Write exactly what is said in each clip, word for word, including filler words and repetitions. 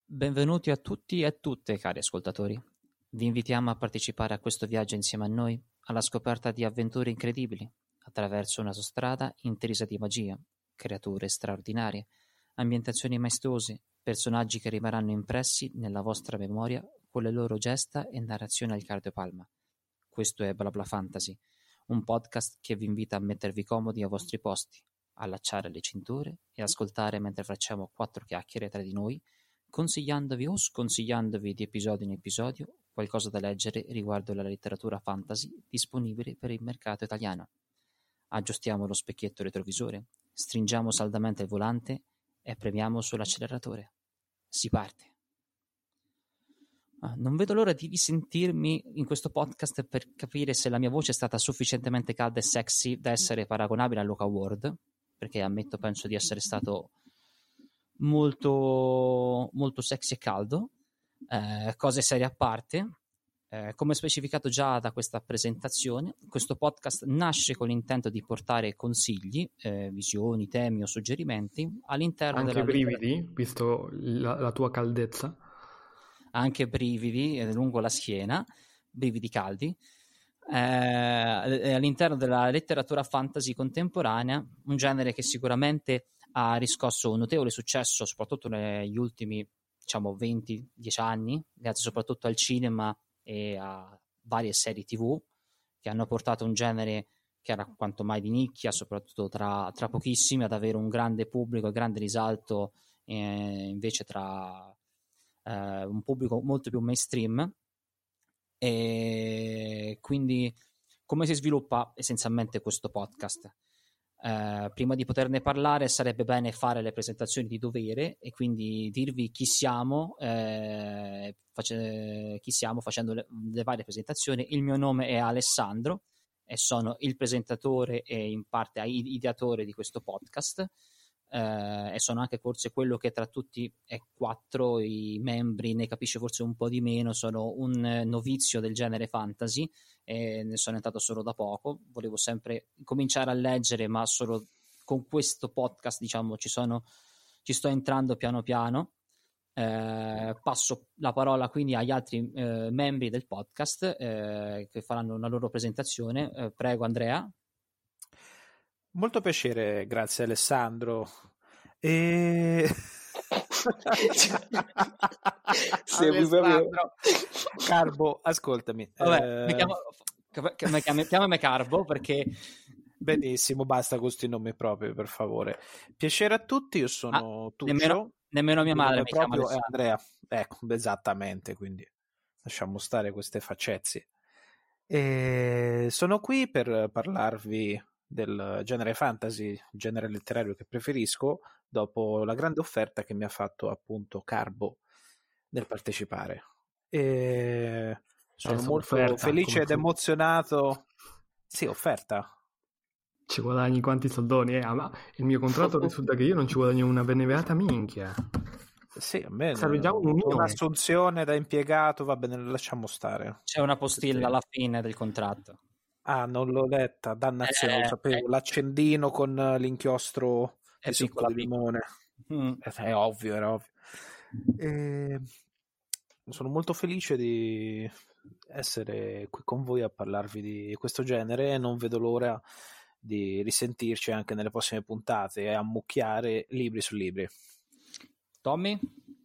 Benvenuti a tutti e a tutte, cari ascoltatori. Vi invitiamo a partecipare a questo viaggio insieme a noi, alla scoperta di avventure incredibili, attraverso una strada intrisa di magia, creature straordinarie, ambientazioni maestose, personaggi che rimarranno impressi nella vostra memoria con le loro gesta e narrazioni al cardiopalma. Questo è BlaBla Fantasy, un podcast che vi invita a mettervi comodi ai vostri posti, allacciare le cinture e ascoltare mentre facciamo quattro chiacchiere tra di noi, consigliandovi o sconsigliandovi di episodio in episodio qualcosa da leggere riguardo la letteratura fantasy disponibile per il mercato italiano. Aggiustiamo lo specchietto retrovisore, stringiamo saldamente il volante e premiamo sull'acceleratore. Si parte. Ah, non vedo l'ora di risentirmi in questo podcast per capire se la mia voce è stata sufficientemente calda e sexy da essere paragonabile a Luca Ward, perché ammetto, penso di essere stato molto molto sexy e caldo. Eh, cose serie a parte, eh, come specificato già da questa presentazione, questo podcast nasce con l'intento di portare consigli, eh, visioni, temi o suggerimenti all'interno anche della brividi, letteratura. visto la, la tua caldezza, anche brividi eh, lungo la schiena, brividi caldi, eh, all'interno della letteratura fantasy contemporanea, un genere che sicuramente ha riscosso un notevole successo soprattutto negli ultimi, diciamo, venti dieci anni, grazie soprattutto al cinema e a varie serie tv che hanno portato un genere che era quanto mai di nicchia, soprattutto tra, tra pochissimi, ad avere un grande pubblico e grande risalto eh, invece tra eh, un pubblico molto più mainstream. E quindi come si sviluppa essenzialmente questo podcast? Eh, prima di poterne parlare sarebbe bene fare le presentazioni di dovere e quindi dirvi chi siamo, eh, face- chi siamo facendo le, le varie presentazioni. Il mio nome è Alessandro e sono il presentatore e in parte ideatore di questo podcast, eh, e sono anche forse quello che tra tutti e quattro i membri ne capisce forse un po' di meno. Sono un novizio del genere fantasy e ne sono entrato solo da poco, volevo sempre cominciare a leggere, ma solo con questo podcast, diciamo, ci sono ci sto entrando piano piano. Eh, passo la parola quindi agli altri eh, membri del podcast eh, che faranno una loro presentazione. Eh, prego Andrea. Molto piacere, grazie Alessandro. E... Alessandro, Carbo, ascoltami. Vabbè, eh... mi chiamo, mi chiamo, chiamami Carbo perché... Benissimo, basta con questi nomi proprio, per favore. Piacere a tutti, io sono ah, Tuccio. Nemmeno, nemmeno mia madre mi proprio chiama è Andrea. Ecco, esattamente, quindi lasciamo stare queste faccezie. E sono qui per parlarvi del genere fantasy, il genere letterario che preferisco, dopo la grande offerta che mi ha fatto appunto Carbo nel partecipare. E sono Adesso molto offerta, felice ed tu. emozionato. Sì, offerta. Ci guadagni quanti soldoni? Eh? Ma il mio contratto risulta che io non ci guadagno una benebeata minchia. Sì, a me serve già un'unione. Un'assunzione da impiegato, va bene, lasciamo stare. C'è una postilla perché... alla fine del contratto. Ah, non l'ho letta, dannazione, eh, lo sapevo. Eh. L'accendino con l'inchiostro di succo di limone. Mm. È, è ovvio, era ovvio. E... sono molto felice di essere qui con voi a parlarvi di questo genere e non vedo l'ora di risentirci anche nelle prossime puntate e ammucchiare libri su libri. Tommy?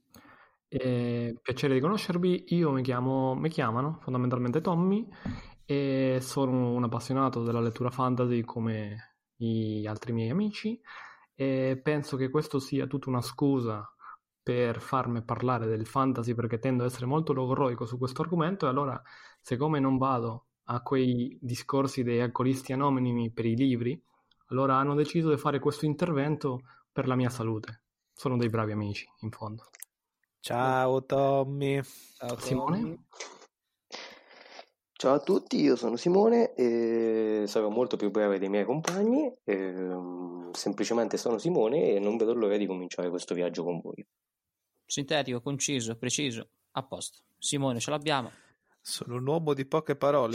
Eh, piacere di conoscervi, io mi chiamo, mi chiamano fondamentalmente Tommy e sono un appassionato della lettura fantasy come gli altri miei amici e penso che questo sia tutta una scusa per farmi parlare del fantasy, perché tendo ad essere molto logorroico su questo argomento, e allora, siccome non vado a quei discorsi dei alcolisti anonimi per i libri, allora hanno deciso di fare questo intervento per la mia salute. Sono dei bravi amici, in fondo. Ciao Tommy. Ciao Simone. Tommy. Ciao a tutti, io sono Simone e sarò molto più breve dei miei compagni. E, semplicemente sono Simone e non vedo l'ora di cominciare questo viaggio con voi. Sintetico, conciso, preciso, a posto. Simone, ce l'abbiamo. Sono un uomo di poche parole.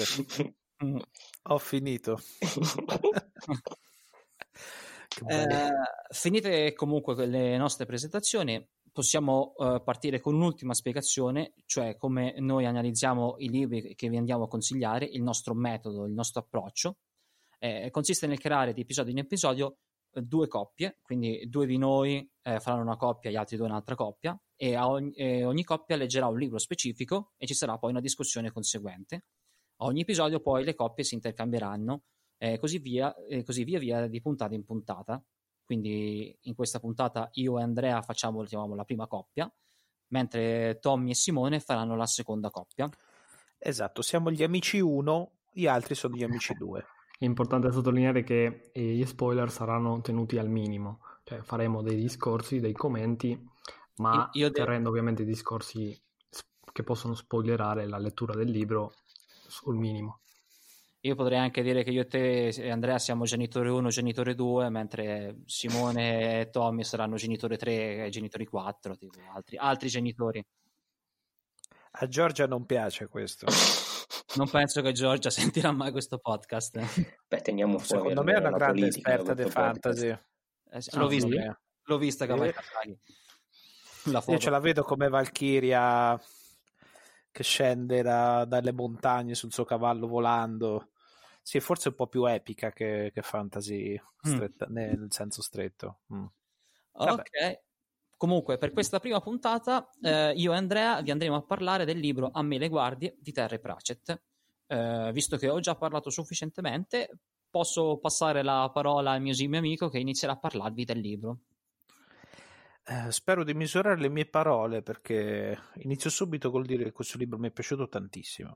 Ho finito. eh, finite comunque le nostre presentazioni, possiamo uh, partire con un'ultima spiegazione, cioè come noi analizziamo i libri che vi andiamo a consigliare, il nostro metodo, il nostro approccio. Eh, consiste nel creare di episodio in episodio eh, due coppie, quindi due di noi eh, faranno una coppia, gli altri due un'altra coppia, e a ogni, eh, ogni coppia leggerà un libro specifico e ci sarà poi una discussione conseguente. A ogni episodio poi le coppie si intercambieranno, eh, così via, eh, così via via di puntata in puntata. Quindi in questa puntata io e Andrea facciamo, diciamo, la prima coppia, mentre Tommy e Simone faranno la seconda coppia. Esatto, siamo gli amici uno, gli altri sono gli amici due. È importante sottolineare che eh, gli spoiler saranno tenuti al minimo, cioè faremo dei discorsi, dei commenti, ma io terrendo devo... ovviamente discorsi che possono spoilerare la lettura del libro sul minimo. Io potrei anche dire che io e te e Andrea siamo genitore uno, genitore due, mentre Simone e Tommy saranno genitore tre e genitore quattro, tipo altri, altri genitori. A Giorgia non piace questo. Non penso che Giorgia sentirà mai questo podcast. Beh, teniamo fuori. Secondo me è una grande esperta di fantasy. Eh, sì, l'ho, vista, sì. l'ho vista che eh. la Io ce la vedo come Valchiria che scende da, dalle montagne sul suo cavallo volando. Sì, forse un po' più epica che, che fantasy stretta, mm. nel senso stretto. Mm. Ok. Comunque, per questa prima puntata, eh, io e Andrea vi andremo a parlare del libro A me le guardie di Terry Pratchett. Eh, visto che ho già parlato sufficientemente, posso passare la parola al mio simile amico che inizierà a parlarvi del libro. Eh, spero di misurare le mie parole, perché inizio subito col dire che questo libro mi è piaciuto tantissimo.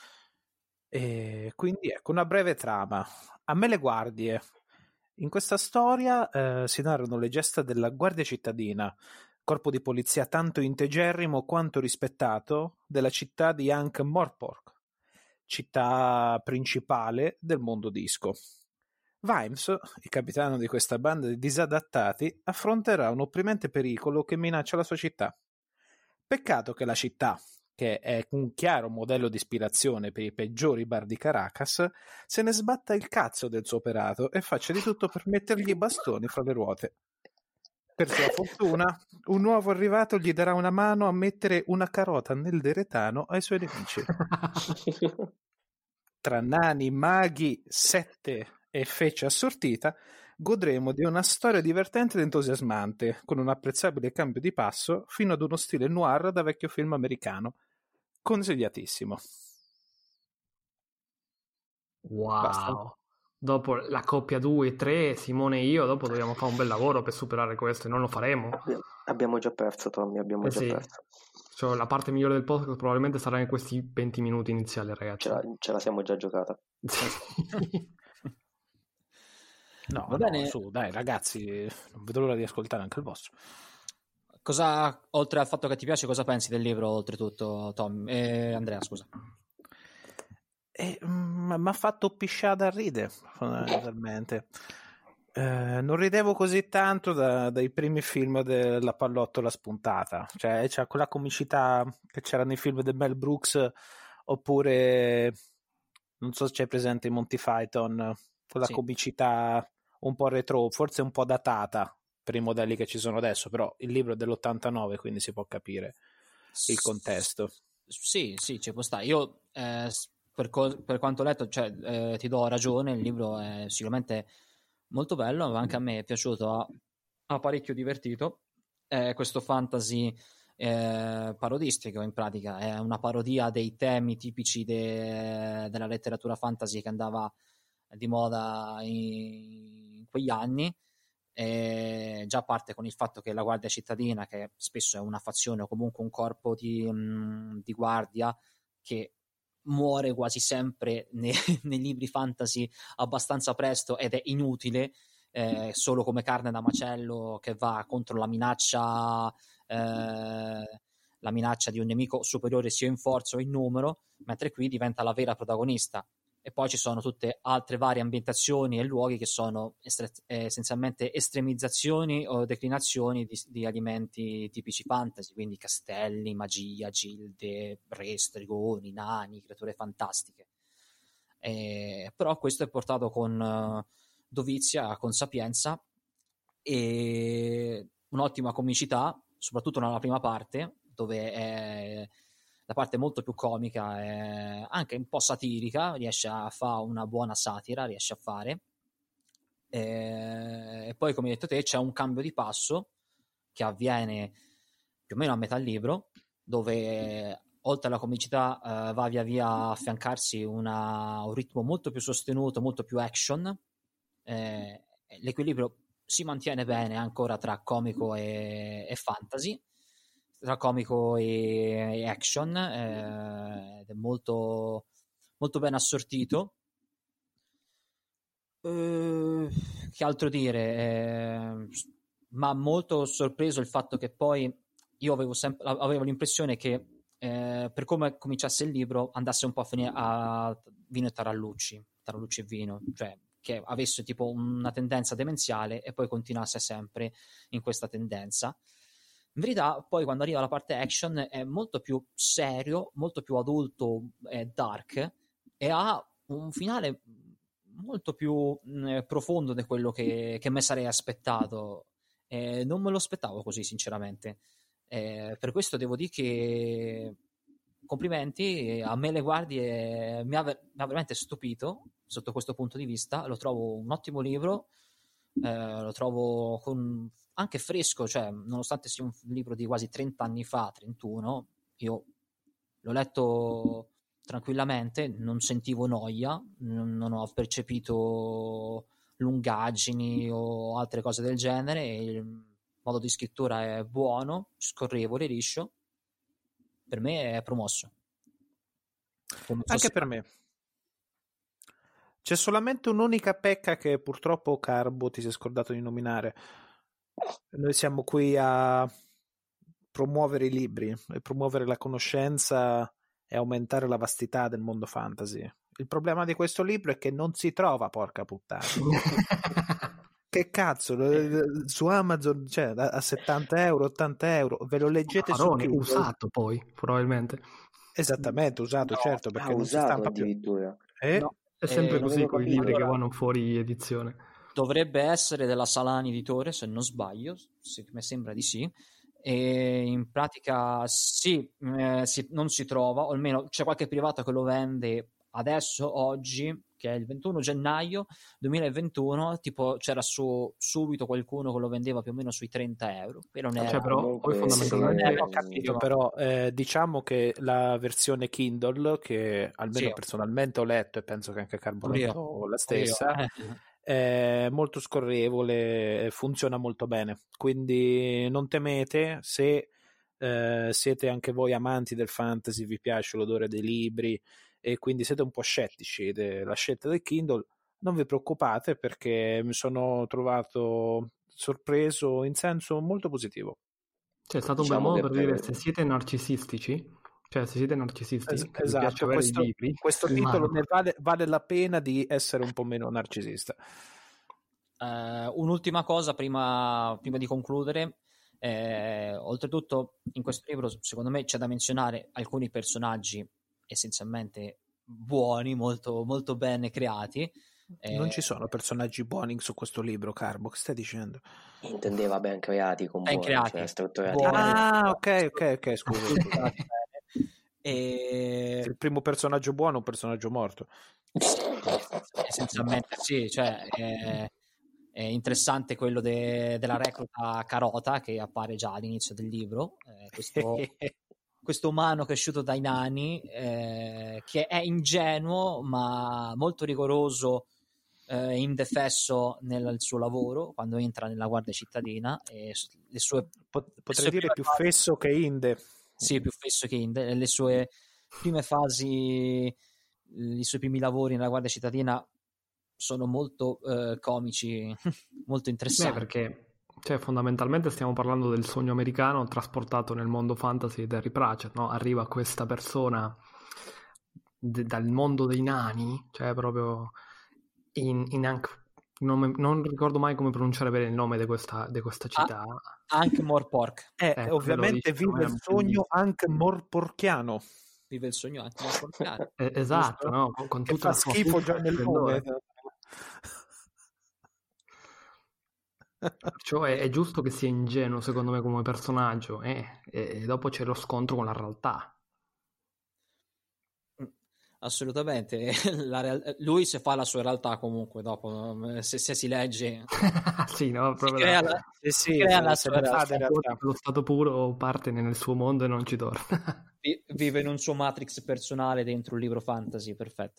E quindi ecco, una breve trama. A me le guardie. In questa storia eh, si narrano le gesta della Guardia Cittadina, corpo di polizia tanto integerrimo quanto rispettato della città di Ankh-Morpork, città principale del mondo disco. Vimes, il capitano di questa banda di disadattati, affronterà un opprimente pericolo che minaccia la sua città. Peccato che la città, che è un chiaro modello di ispirazione per i peggiori bar di Caracas, se ne sbatta il cazzo del suo operato e faccia di tutto per mettergli i bastoni fra le ruote. Per sua fortuna, un nuovo arrivato gli darà una mano a mettere una carota nel deretano ai suoi nemici. Tra nani, maghi, sette e feccia assortita, godremo di una storia divertente ed entusiasmante, con un apprezzabile cambio di passo fino ad uno stile noir da vecchio film americano. Consigliatissimo. Wow. Basta. Dopo la coppia due e tre, Simone e io, dopo dobbiamo fare un bel lavoro per superare questo e non lo faremo. Abbiamo, abbiamo già perso, Tommy, abbiamo eh già sì. perso. Cioè, la parte migliore del podcast probabilmente sarà in questi venti minuti iniziali, ragazzi. Ce la, ce la siamo già giocata. No, Va bene. No, su, dai ragazzi, non vedo l'ora di ascoltare anche il vostro. Cosa, oltre al fatto che ti piace, cosa pensi del libro, oltretutto, Tom? Eh, Andrea, scusa. Eh, mi ha fatto pisciare da ridere, fondamentalmente. Eh, non ridevo così tanto da, dai primi film della pallottola spuntata. Cioè, c'è quella comicità che c'era nei film di Mel Brooks, oppure, non so se c'è presente in Monty Python, quella sì. comicità un po' retro, forse un po' datata per i modelli che ci sono adesso, però il libro è dell'ottantanove, quindi si può capire il contesto. Sì, sì, ci può stare. Io, eh, per, co- per quanto ho letto, cioè, eh, ti do ragione, il libro è sicuramente molto bello, ma anche a me è piaciuto, ha, ha parecchio divertito. Eh, questo fantasy eh, parodistico, in pratica, è una parodia dei temi tipici de- della letteratura fantasy che andava di moda in, in quegli anni. E già parte con il fatto che la guardia cittadina, che spesso è una fazione o comunque un corpo di, mh, di guardia che muore quasi sempre nei, nei libri fantasy abbastanza presto ed è inutile, eh, solo come carne da macello che va contro la minaccia eh, la minaccia di un nemico superiore sia in forza o in numero, mentre qui diventa la vera protagonista. E poi ci sono tutte altre varie ambientazioni e luoghi che sono estre- essenzialmente estremizzazioni o declinazioni di, di alimenti tipici fantasy, quindi castelli, magia, gilde, re, stregoni, nani, creature fantastiche. E, però questo è portato con uh, dovizia, con sapienza e un'ottima comicità, soprattutto nella prima parte, dove è la parte molto più comica, è anche un po' satirica, riesce a fare una buona satira, riesce a fare. E poi, come hai detto te, c'è un cambio di passo che avviene più o meno a metà libro, dove oltre alla comicità uh, va via via a affiancarsi una, un ritmo molto più sostenuto, molto più action. Eh, l'equilibrio si mantiene bene ancora tra comico e, e fantasy, tra comico e, e action, eh, ed è molto, molto ben assortito. Uh, che altro dire? Eh, ma molto sorpreso il fatto che poi io avevo, sempre, avevo l'impressione che eh, per come cominciasse il libro andasse un po' a finire a vino e tarallucci, tarallucci e vino, cioè che avesse tipo una tendenza demenziale e poi continuasse sempre in questa tendenza. In verità poi quando arriva la parte action è molto più serio, molto più adulto e dark, e ha un finale molto più mh, profondo di quello che, che me sarei aspettato. Eh, non me lo aspettavo così, sinceramente. Eh, per questo devo dire che complimenti, a me le guardie mi ha, mi ha veramente stupito sotto questo punto di vista. Lo trovo un ottimo libro, eh, lo trovo con, anche fresco, cioè nonostante sia un libro di quasi trenta anni fa, trentuno, io l'ho letto tranquillamente, non sentivo noia, non, non ho percepito lungaggini o altre cose del genere, e il modo di scrittura è buono, scorrevole, liscio. Per me è promosso. Anche per me. C'è solamente un'unica pecca che purtroppo Carbo ti sei scordato di nominare. Noi siamo qui a promuovere i libri e promuovere la conoscenza e aumentare la vastità del mondo fantasy. Il problema di questo libro è che non si trova, porca puttana. Che cazzo, su Amazon, cioè, a settanta euro, ottanta euro, ve lo leggete su Kindle. Usato poi, probabilmente. Esattamente, usato, no, certo, perché non si stampa più. Eh? No, è sempre eh, così con i libri allora, che vanno fuori edizione. Dovrebbe essere della Salani Editore, se non sbaglio, se, mi sembra di sì. E in pratica sì, eh, si, non si trova, o almeno c'è qualche privato che lo vende adesso, oggi, che è il ventuno gennaio duemilaventuno, tipo c'era su subito qualcuno che lo vendeva più o meno sui trenta euro, però non era, cioè, però poi fondamentalmente sì, ho capito, però eh, diciamo che la versione Kindle, che almeno sì, personalmente ho letto e penso che anche Carbonato la stessa, io, eh. è molto scorrevole, funziona molto bene, quindi non temete se eh, siete anche voi amanti del fantasy, vi piace l'odore dei libri e quindi siete un po' scettici della scelta del Kindle, non vi preoccupate, perché mi sono trovato sorpreso in senso molto positivo. Cioè, è stato diciamo un bel modo per dire, se siete narcisistici, cioè se siete narcisisti, es- che esatto, vi piace avere questo, i libri, questo titolo ne vale, vale la pena di essere un po' meno narcisista. Uh, un'ultima cosa prima, prima di concludere. Eh, oltretutto in questo libro secondo me c'è da menzionare alcuni personaggi essenzialmente buoni, molto, molto bene creati. Non eh, ci sono personaggi buoni su questo libro, Carbo, che stai dicendo? Intendeva ben creati con ben buoni, creati, cioè strutturati buoni. Ah, ok, ok, ok, scusa. E... il primo personaggio buono è un personaggio morto. Essenzialmente sì, cioè è, è interessante quello de, della recluta Carota, che appare già all'inizio del libro, eh, questo questo umano cresciuto dai nani, eh, che è ingenuo ma molto rigoroso e eh, indefesso nel suo lavoro quando entra nella guardia cittadina, e le sue Pot- potrei le sue dire più fasi, fesso che inde. Sì, più fesso che inde. Le sue prime fasi, i suoi primi lavori nella guardia cittadina sono molto eh, comici, molto interessanti. Beh, perché cioè, fondamentalmente stiamo parlando del sogno americano trasportato nel mondo fantasy di Terry Pratchett, no? Arriva questa persona de- dal mondo dei nani, cioè proprio in, in Ankh, non, non ricordo mai come pronunciare bene il nome di questa, di questa città. Ah, Ankh-Morpork. Eh, eh, ovviamente vive il sogno Ankh-Morporchiano. Vive il sogno Ankh-Morporchiano. eh, esatto, no? Con, con che tutta fa schifo già nel nome. Perciò è, è giusto che sia ingenuo, secondo me, come personaggio, eh, e, e dopo c'è lo scontro con la realtà. Assolutamente. La real- lui se fa la sua realtà comunque dopo, se, se si legge, Sì, no, si proprio crea da... la, Sì, si sì, crea se, la se sua ne fa realtà. in realtà. Lo stato puro parte nel suo mondo e non ci torna. Vi- Vive in un suo Matrix personale dentro un libro fantasy, perfetto.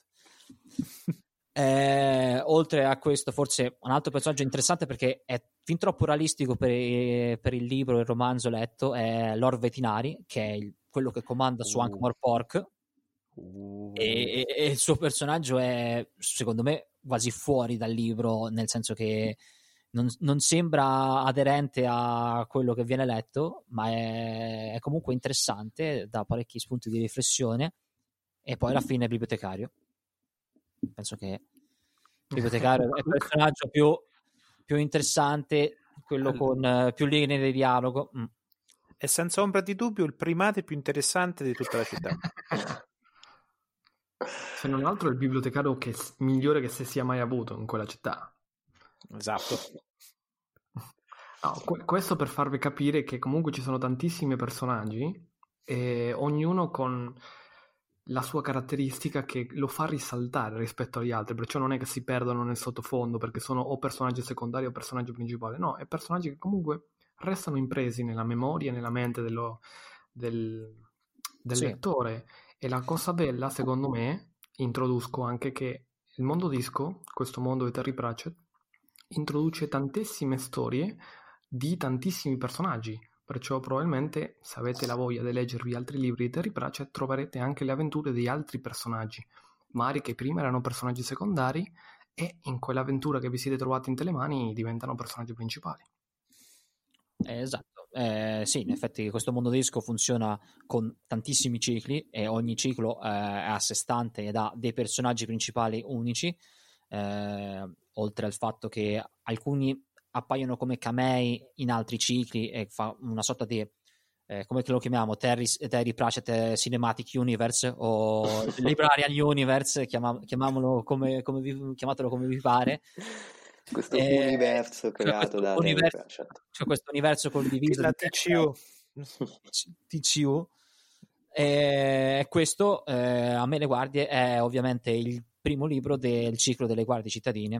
Eh, oltre a questo, forse un altro personaggio interessante perché è fin troppo realistico per, per il libro, il romanzo letto, è Lord Vetinari, che è il- quello che comanda su Uh. Ankh-Morpork. Uh. E, e- e il suo personaggio è, secondo me, quasi fuori dal libro, nel senso che non, non sembra aderente a quello che viene letto, ma è, è comunque interessante, dà parecchi spunti di riflessione. E poi alla fine è bibliotecario. Penso che il bibliotecario è il personaggio più, più interessante, quello con uh, più linee di dialogo. Mm. È senza ombra di dubbio il primate più interessante di tutta la città. Se non altro è il bibliotecario che, migliore che si sia mai avuto in quella città. Esatto. No, que- questo per farvi capire che comunque ci sono tantissimi personaggi e ognuno con la sua caratteristica che lo fa risaltare rispetto agli altri, perciò non è che si perdono nel sottofondo perché sono o personaggi secondari o personaggi principali, no, è personaggi che comunque restano impresi nella memoria e nella mente dello, del, del Sì. lettore. E la cosa bella, secondo me, introduco anche che il mondo disco, questo mondo di Terry Pratchett, introduce tantissime storie di tantissimi personaggi, perciò probabilmente se avete la voglia di leggervi altri libri di Terry Pratchett troverete anche le avventure di altri personaggi, magari che prima erano personaggi secondari e in quell'avventura che vi siete trovati in Telemani diventano personaggi principali. Eh, esatto, eh, sì, in effetti questo mondo disco funziona con tantissimi cicli e ogni ciclo eh, è a sé stante ed ha dei personaggi principali unici, eh, oltre al fatto che alcuni appaiono come camei in altri cicli e fa una sorta di eh, come lo chiamiamo, Terry, Terry Pratchett Cinematic Universe o Librarian Universe, chiama, chiamiamolo come, come vi, chiamatelo come vi pare. Questo Eh, universo cioè creato questo da Terry universo, Pratchett. cioè questo universo condiviso La di T C U. T C U. E questo, eh, a me le guardie, è ovviamente il primo libro del ciclo delle guardie cittadine.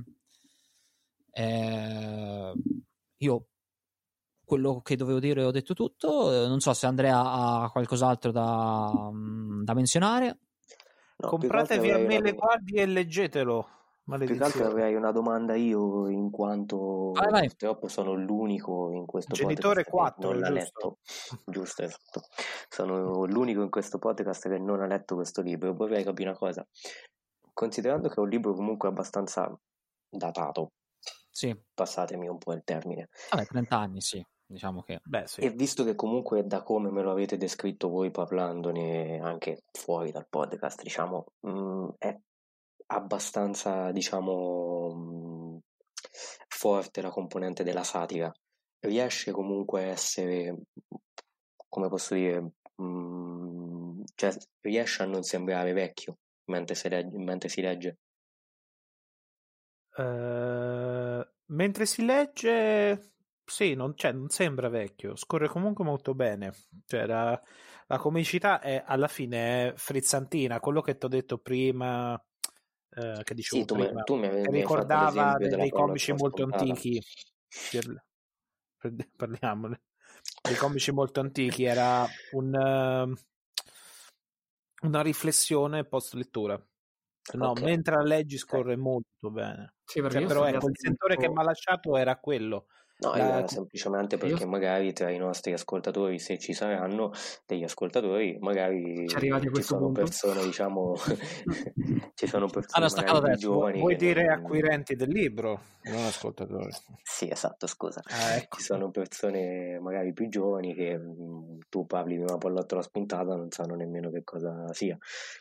Eh, io quello che dovevo dire ho detto tutto. Non so se Andrea ha qualcos'altro da, da menzionare. No, Compratevi a me le dom- guardie e leggetelo. più che altro Maledizione. avrei una domanda io, in quanto Vai, vai. purtroppo sono l'unico in questo Genitore podcast quattro, che non l'ha giusto? letto. Giusto, esatto. Sono l'unico in questo podcast che non ha letto questo libro. Vorrei capire una cosa. Considerando che è un libro comunque abbastanza datato, Sì, passatemi un po' il termine, vabbè, trenta anni, sì, diciamo che Beh, sì. e visto che comunque da come me lo avete descritto voi parlandone anche fuori dal podcast, diciamo, mh, è abbastanza, diciamo, mh, forte la componente della satira. Riesce comunque a essere, come posso dire, mh, cioè riesce a non sembrare vecchio mentre si legge. Mentre si legge. Uh, mentre si legge, sì, non, cioè, non sembra vecchio, scorre comunque molto bene. Cioè, la, la comicità è alla fine è frizzantina, quello che ti ho detto prima, eh, che dicevo Sì, tu, me, prima, tu mi, che mi hai fatto ricordava l'esempio de- della dei palla comici molto trasportata. antichi. Per, per, parliamone. Dei comici molto antichi era un, uh, una riflessione post lettura. No, Ok. mentre la leggi scorre molto bene. Sì, perché Cioè, io però sarei ecco, il sentore che attento... mi ha lasciato era quello. No, io La- era semplicemente Io perché magari tra i nostri ascoltatori, se ci saranno degli ascoltatori, magari ci arrivati a ci questo sono punto? persone, diciamo, ci sono persone hanno magari staccato più adesso. giovani Vuoi che dire non... acquirenti del libro, non ascoltatori. Sì, esatto, scusa. Ah, ecco. Ci sono persone magari più giovani che mh, tu parli di una pallottola spuntata, non sanno nemmeno che cosa sia.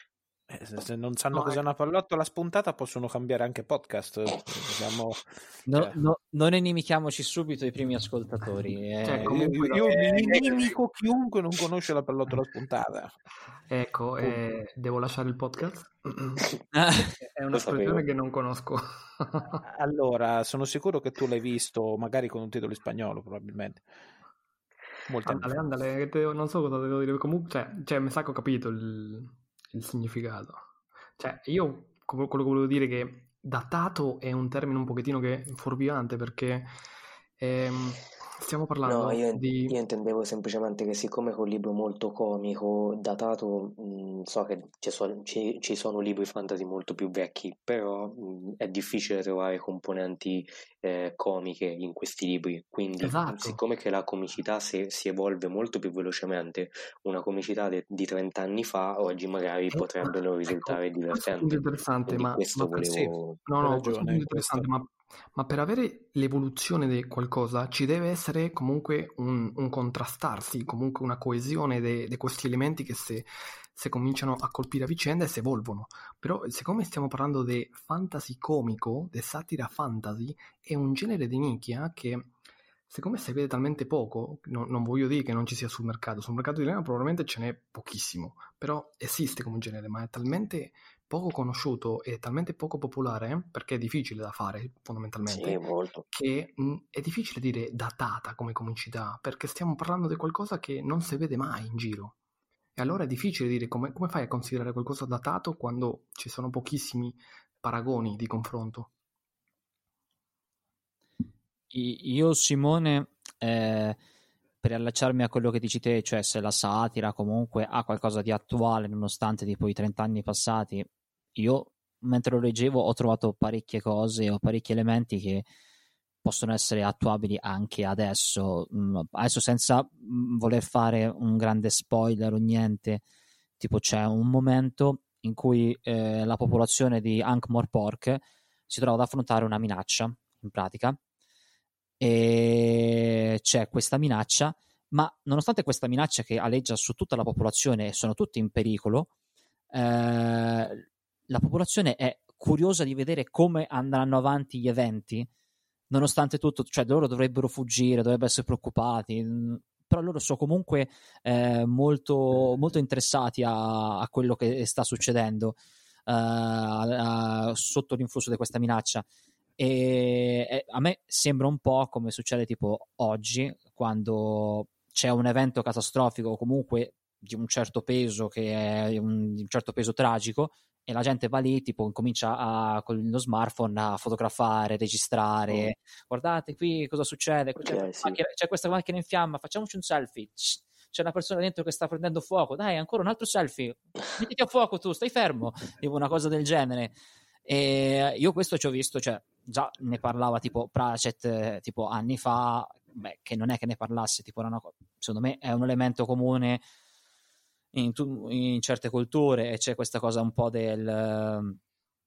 Eh, se, se non sanno No, cos'è ecco. una pallottola spuntata possono cambiare anche podcast. Siamo, No, cioè, no, non inimichiamoci subito i primi ascoltatori. eh. Cioè, io comunque, io eh, mi eh, inimico chiunque non conosce la pallottola spuntata. ecco, Com- eh, devo lasciare il podcast? Ah, È Lo un'espressione sapevo. che non conosco. Allora, sono sicuro che tu l'hai visto, magari con un titolo in spagnolo, probabilmente. Molti anni Andale, fa. andale, che te- non so cosa devo dire. Comunque, cioè, cioè, mi sa che ho capito il, il significato. Cioè, io com- quello che volevo dire è che datato è un termine un pochettino che è fuorviante perché ehm, stiamo No, parlando io, di... io intendevo semplicemente che siccome è un libro molto comico, datato, mh, so che ci sono, ci, ci sono libri fantasy molto più vecchi, però mh, è difficile trovare componenti eh, comiche in questi libri, quindi Esatto. siccome che la comicità si, si evolve molto più velocemente, una comicità de- di trenta anni fa oggi magari Eh, potrebbero risultare ecco, questo è un punto divertenti, interessante, quindi ma, questo ma per... Sì, volevo... No, hai no, questo è un ragione punto in questo. interessante, ma, ma per avere l'evoluzione di qualcosa ci deve essere comunque un, un contrastarsi, comunque una coesione di questi elementi che se, se cominciano a colpire a vicenda e si evolvono. Però siccome stiamo parlando di fantasy comico, di satira fantasy, è un genere di nicchia che siccome si vede talmente poco, no- non voglio dire che non ci sia sul mercato, sul mercato italiano probabilmente ce n'è pochissimo, però esiste come genere, ma è talmente poco conosciuto e talmente poco popolare, eh, perché è difficile da fare Sì, fondamentalmente, molto. che mh, è difficile dire datata come comicità, perché stiamo parlando di qualcosa che non si vede mai in giro. E allora è difficile dire come, come fai a considerare qualcosa datato quando ci sono pochissimi paragoni di confronto. I- Io, Simone, eh, per allacciarmi a quello che dici te, cioè se la satira comunque ha qualcosa di attuale nonostante tipo i trenta anni passati, io mentre lo leggevo ho trovato parecchie cose o parecchi elementi che possono essere attuabili anche adesso. Mm, adesso senza mm, voler fare un grande spoiler o niente, tipo c'è un momento in cui eh, la popolazione di Ankh-Morpork si trova ad affrontare una minaccia, in pratica, e c'è questa minaccia, ma nonostante questa minaccia che aleggia su tutta la popolazione e sono tutti in pericolo, eh, la popolazione è curiosa di vedere come andranno avanti gli eventi, nonostante tutto, cioè loro dovrebbero fuggire, dovrebbero essere preoccupati, mh, però loro sono comunque eh, molto, molto interessati a, a quello che sta succedendo eh, a- a- sotto l'influsso di questa minaccia. E e a me sembra un po' come succede tipo oggi, quando c'è un evento catastrofico o comunque di un certo peso, che è un, di un certo peso tragico, e la gente va lì, tipo, comincia a, con lo smartphone a fotografare, registrare, Mm. guardate qui cosa succede, c'è, Ok, sì. macchina, c'è questa macchina in fiamma, facciamoci un selfie, c'è una persona dentro che sta prendendo fuoco, dai, ancora un altro selfie, mettiti a fuoco tu, stai fermo, tipo una cosa del genere. E io questo ci ho visto, cioè già ne parlava tipo Pratchett eh, tipo anni fa, beh, che non è che ne parlasse, tipo era una co- secondo me è un elemento comune in, tu- in certe culture, e c'è questa cosa un po' del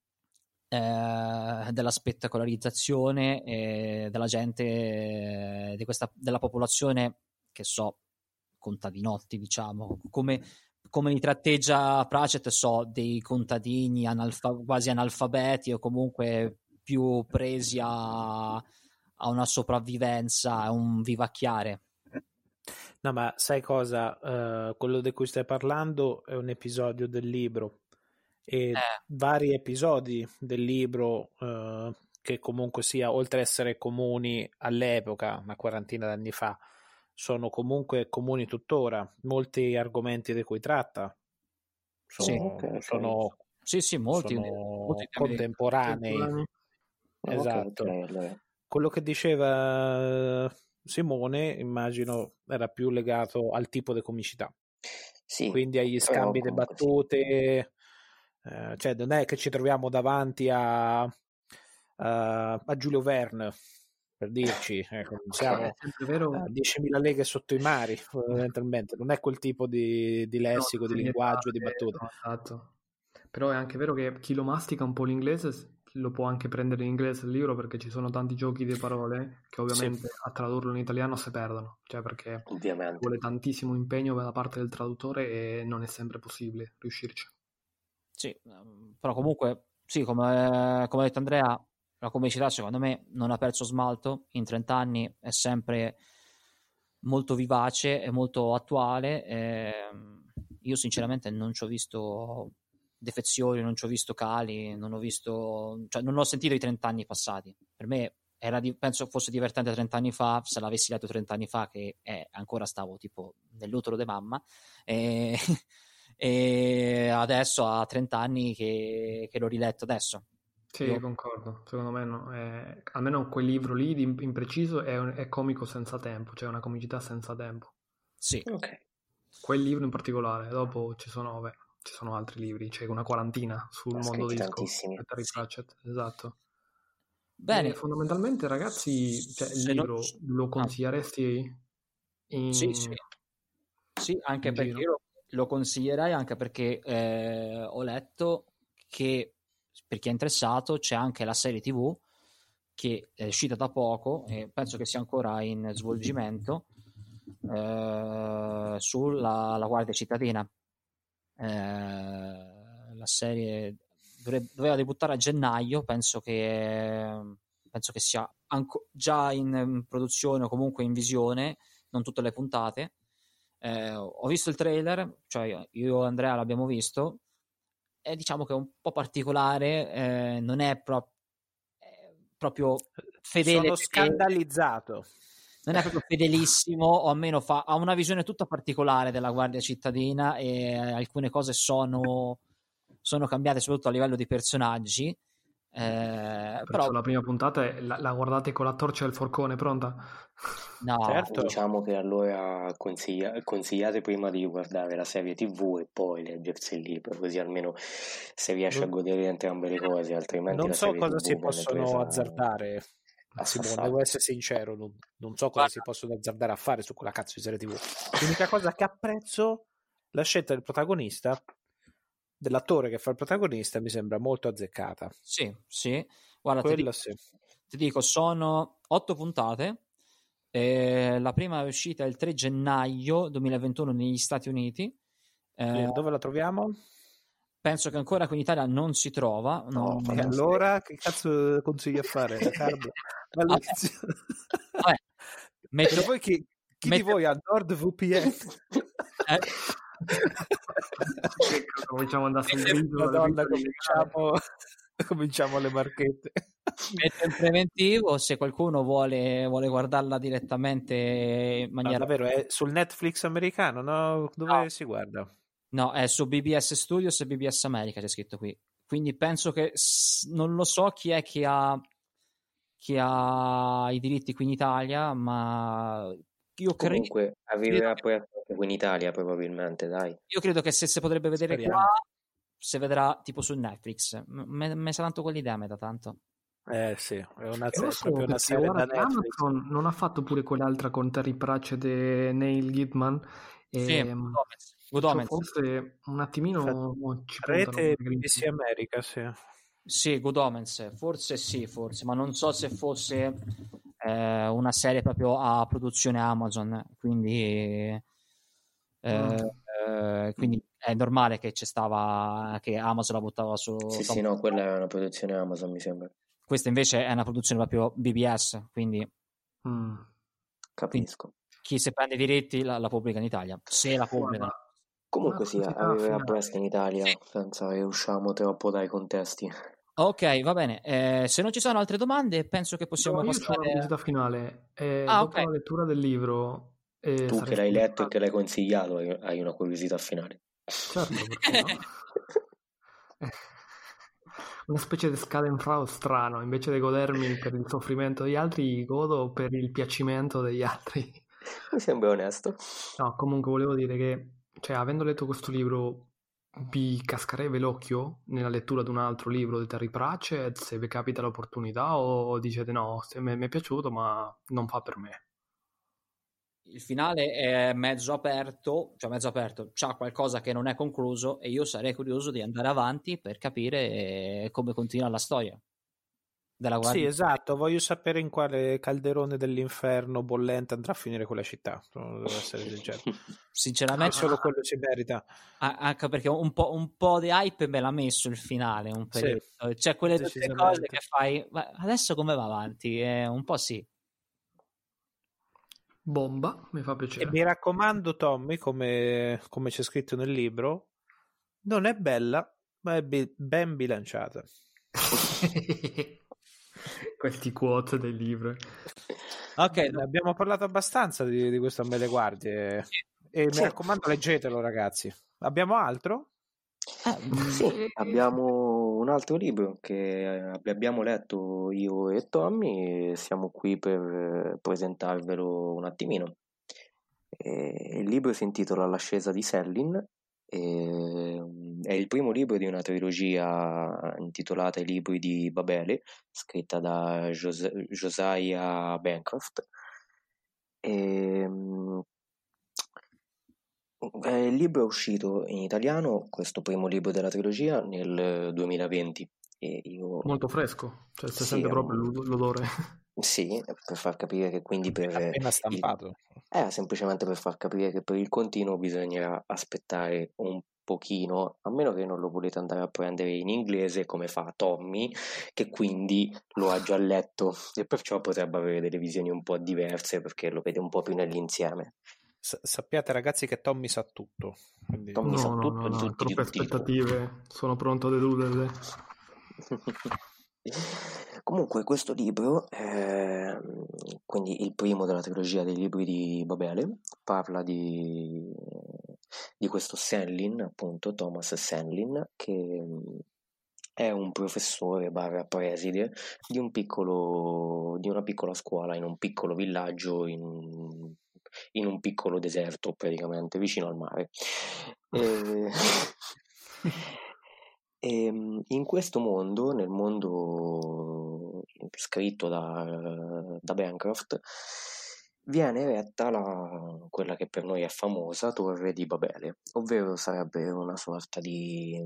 eh, della spettacolarizzazione e della gente eh, di questa, della popolazione, che so, contadinotti, diciamo, come come li tratteggia Pratchett, so, dei contadini analfa- quasi analfabeti o comunque più presi a, a una sopravvivenza, a un vivacchiare. No, ma sai cosa? Eh, quello di cui stai parlando è un episodio del libro e Eh, vari episodi del libro eh, che comunque sia, oltre ad essere comuni all'epoca, una quarantina d'anni fa, sono comunque comuni tuttora. Molti argomenti di cui tratta sì, Oh, ok, sono, ok. sono, sì, sì, molti, molti sono temi di- contemporanei. Contemporanei. Oh, ok, ok, Esatto. allora. Quello che diceva Simone, immagino, era più legato al tipo di comicità, Sì, quindi agli però scambi di comunque sì. battute, eh, cioè non è che ci troviamo davanti a, a, a Giulio Verne, per dirci, ecco, non È siamo sempre vero, a diecimila leghe sotto i mari, fondamentalmente, non è quel tipo di, di però lessico, di devi linguaggio, di evitare, battute. no, esatto. Però è anche vero che chi lo mastica un po' l'inglese s- lo può anche prendere in inglese il libro perché ci sono tanti giochi di parole che Sì. ovviamente a tradurlo in italiano si perdono, cioè perché ci Ovviamente. vuole tantissimo impegno da parte del traduttore e non è sempre possibile riuscirci. Sì, però comunque, sì, come, come ha detto Andrea, la comicità secondo me non ha perso smalto, in trenta anni è sempre molto vivace e molto attuale. E io sinceramente non ci ho visto defezioni, non ci ho visto cali, non ho visto, cioè non ho sentito i trenta anni passati. Per me era di, penso fosse divertente trenta anni fa, se l'avessi letto trenta anni fa, che è, ancora stavo tipo nell'utero di mamma, e, e adesso a trenta anni che, che l'ho riletto adesso. Sì, Io... concordo, secondo me no. È, almeno quel libro lì di, in preciso è, un, è comico senza tempo, cioè una comicità senza tempo. Sì. Ok. Quel libro in particolare, dopo ci sono, beh, ci sono altri libri, c'è una quarantina sul Ha mondo scritti disco tantissimi. di Terry Pratchett, esatto. Bene. E fondamentalmente, ragazzi, cioè, il Se non- libro lo consiglieresti in, Sì, sì. Sì, anche in perché giro? io lo, lo consiglierei, anche perché eh, ho letto che, per chi è interessato, c'è anche la serie tivù che è uscita da poco e penso che sia ancora in svolgimento, eh, sulla la Guardia Cittadina. Eh, la serie dovrebbe- doveva debuttare a gennaio, penso che, penso che sia anco- già in, in produzione o comunque in visione, non tutte le puntate. Eh, ho visto il trailer, cioè io e Andrea l'abbiamo visto, e diciamo che è un po' particolare, eh, non è pro- è proprio fedele, Sono fedele, scandalizzato. non è proprio fedelissimo, o almeno fa, ha una visione tutta particolare della Guardia Cittadina e alcune cose sono, sono cambiate soprattutto a livello di personaggi. Eh, Perciò però la prima puntata è, la, la guardate con la torcia e il forcone, pronta? no, Certo. Diciamo che allora consiglia- consigliate prima di guardare la serie tivù e poi leggersi il libro, così almeno si riesce a Non, godere entrambe le cose, altrimenti non la so serie cosa si tivù viene possono presa azzardare, a Simone, sassate. devo essere sincero, non, non so cosa guarda, si possono azzardare a fare su quella cazzo di serie tivù. L'unica cosa che apprezzo, la scelta del protagonista, dell'attore che fa il protagonista, mi sembra molto azzeccata. sì, sì, guarda, ti Quella dico, sì. ti dico, sono otto puntate. Eh, la prima è uscita il tre gennaio duemilaventuno negli Stati Uniti. Eh, E dove la troviamo? penso che ancora qui in Italia non si trova. No, Non, E non si- allora che cazzo consigli a fare, Riccardo? Maledizione. Vabbè, mette- Per voi chi, chi di mette- voi ha NordVPN? eh, Ecco, cominciamo ad andare sul grido. Madonna, cominciamo, cominciamo le marchette. mette in preventivo se qualcuno vuole, vuole guardarla direttamente in Ma maniera... davvero, è sul Netflix americano, no? Dove No. si guarda? No, è su B B S Studios e B B S America, c'è scritto qui. Quindi penso che s- non lo so chi è che ha, chi ha i diritti qui in Italia, ma io credo, comunque credo, arriverà poi a qui in Italia probabilmente, dai. io credo che se si potrebbe vedere Speriamo. qua, si vedrà tipo su Netflix. Me, me sa tanto quell'idea, me da tanto. Eh sì, è, una, Non lo è so, proprio una perché serie ora da che Netflix. Amazon non ha fatto pure quell'altra con Terry Pratchett e Neil Gaiman, Sì, e, Good Omens. Good perciò Omens. forse un attimino ci puntano. Rete con le B B C America, sì. Sì, Good Omens, forse sì, forse, ma non so se fosse eh, una serie proprio a produzione Amazon, quindi, eh, Mm. eh, quindi è normale che c'è stava che Amazon la buttava su. Sì, sì, no, quella è una produzione Amazon, mi sembra. Questa invece è una produzione proprio B B S, quindi, Mm. quindi Capisco. chi si prende i diritti la, la pubblica in Italia, se la pubblica. Guarda, Comunque una sì, curiosità arriverà finale. presto in Italia, Sì. senza che usciamo troppo dai contesti. Ok, va bene. Eh, se non ci sono altre domande, penso che possiamo No, io ho una passare. curiosità finale. Eh, Ah, dopo ok. la lettura del libro, eh, Tu che saresti l'hai letto e interessato? che l'hai consigliato, hai hai una curiosità finale. Certo, perché no? Una specie di Schadenfreude strano, invece di godermi per il soffrimento degli altri, godo per il piacimento degli altri. Mi sembra onesto. No, comunque volevo dire che, cioè, avendo letto questo libro, vi cascarebbe l'occhio nella lettura di un altro libro di Terry Pratchett, se vi capita l'opportunità, o dicete no, se mi mi è piaciuto, ma non fa per me. Il finale è mezzo aperto, cioè mezzo aperto, c'ha qualcosa che non è concluso e io sarei curioso di andare avanti per capire come continua la storia. della guardia. Sì, esatto, voglio sapere in quale calderone dell'inferno bollente andrà a finire quella città, devo essere sincero. Sinceramente solo quello si merita, anche perché un po', un po' di hype me l'ha messo il finale un periodo. Sì, cioè quelle tutte cose che fai, ma adesso come va avanti? Eh, un po' sì. Bomba, mi fa piacere. E mi raccomando, Tommy, come, come c'è scritto nel libro, non è bella, ma è bi- ben bilanciata. Questi quote del libro. Ok, ne abbiamo parlato abbastanza di, di questo Mele Guardie e sì. Mi raccomando, leggetelo, ragazzi. Abbiamo altro? Eh, sì, abbiamo un altro libro che abbiamo letto io e Tommy e siamo qui per presentarvelo un attimino. E il libro si intitola L'ascesa di Sellin. E è il primo libro di una trilogia intitolata I libri di Babele, scritta da Jos- Josiah Bancroft. E, eh, il libro è uscito in italiano, questo primo libro della trilogia, nel duemilaventi. E io... Molto fresco, cioè si sì, sente proprio un... l'odore. Sì, per far capire che quindi per... appena stampato. Il... Eh, semplicemente per far capire che per il continuo bisognerà aspettare un pochino, a meno che non lo volete andare a prendere in inglese come fa Tommy, che quindi lo ha già letto e perciò potrebbe avere delle visioni un po' diverse perché lo vede un po' più nell'insieme. S- sappiate ragazzi che Tommy sa tutto. Quindi... Tommy no, sa no, tutto no, di no, tutti, troppe di tutti, aspettative, di sono pronto a deluderle. Comunque questo libro, eh, quindi il primo della trilogia dei libri di Babele, parla di, di questo Sellin, appunto Thomas Sellin, che è un professore barra preside di un piccolo, di una piccola scuola in un piccolo villaggio in, in un piccolo deserto praticamente vicino al mare. E... E in questo mondo, nel mondo scritto da, da Bancroft, viene eretta la, quella che per noi è famosa Torre di Babele, ovvero sarebbe una sorta di,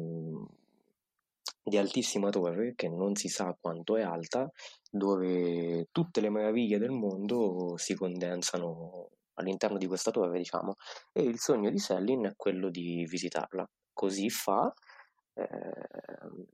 di altissima torre che non si sa quanto è alta, dove tutte le meraviglie del mondo si condensano all'interno di questa torre, diciamo, e il sogno di Sellin è quello di visitarla. Così fa. Eh,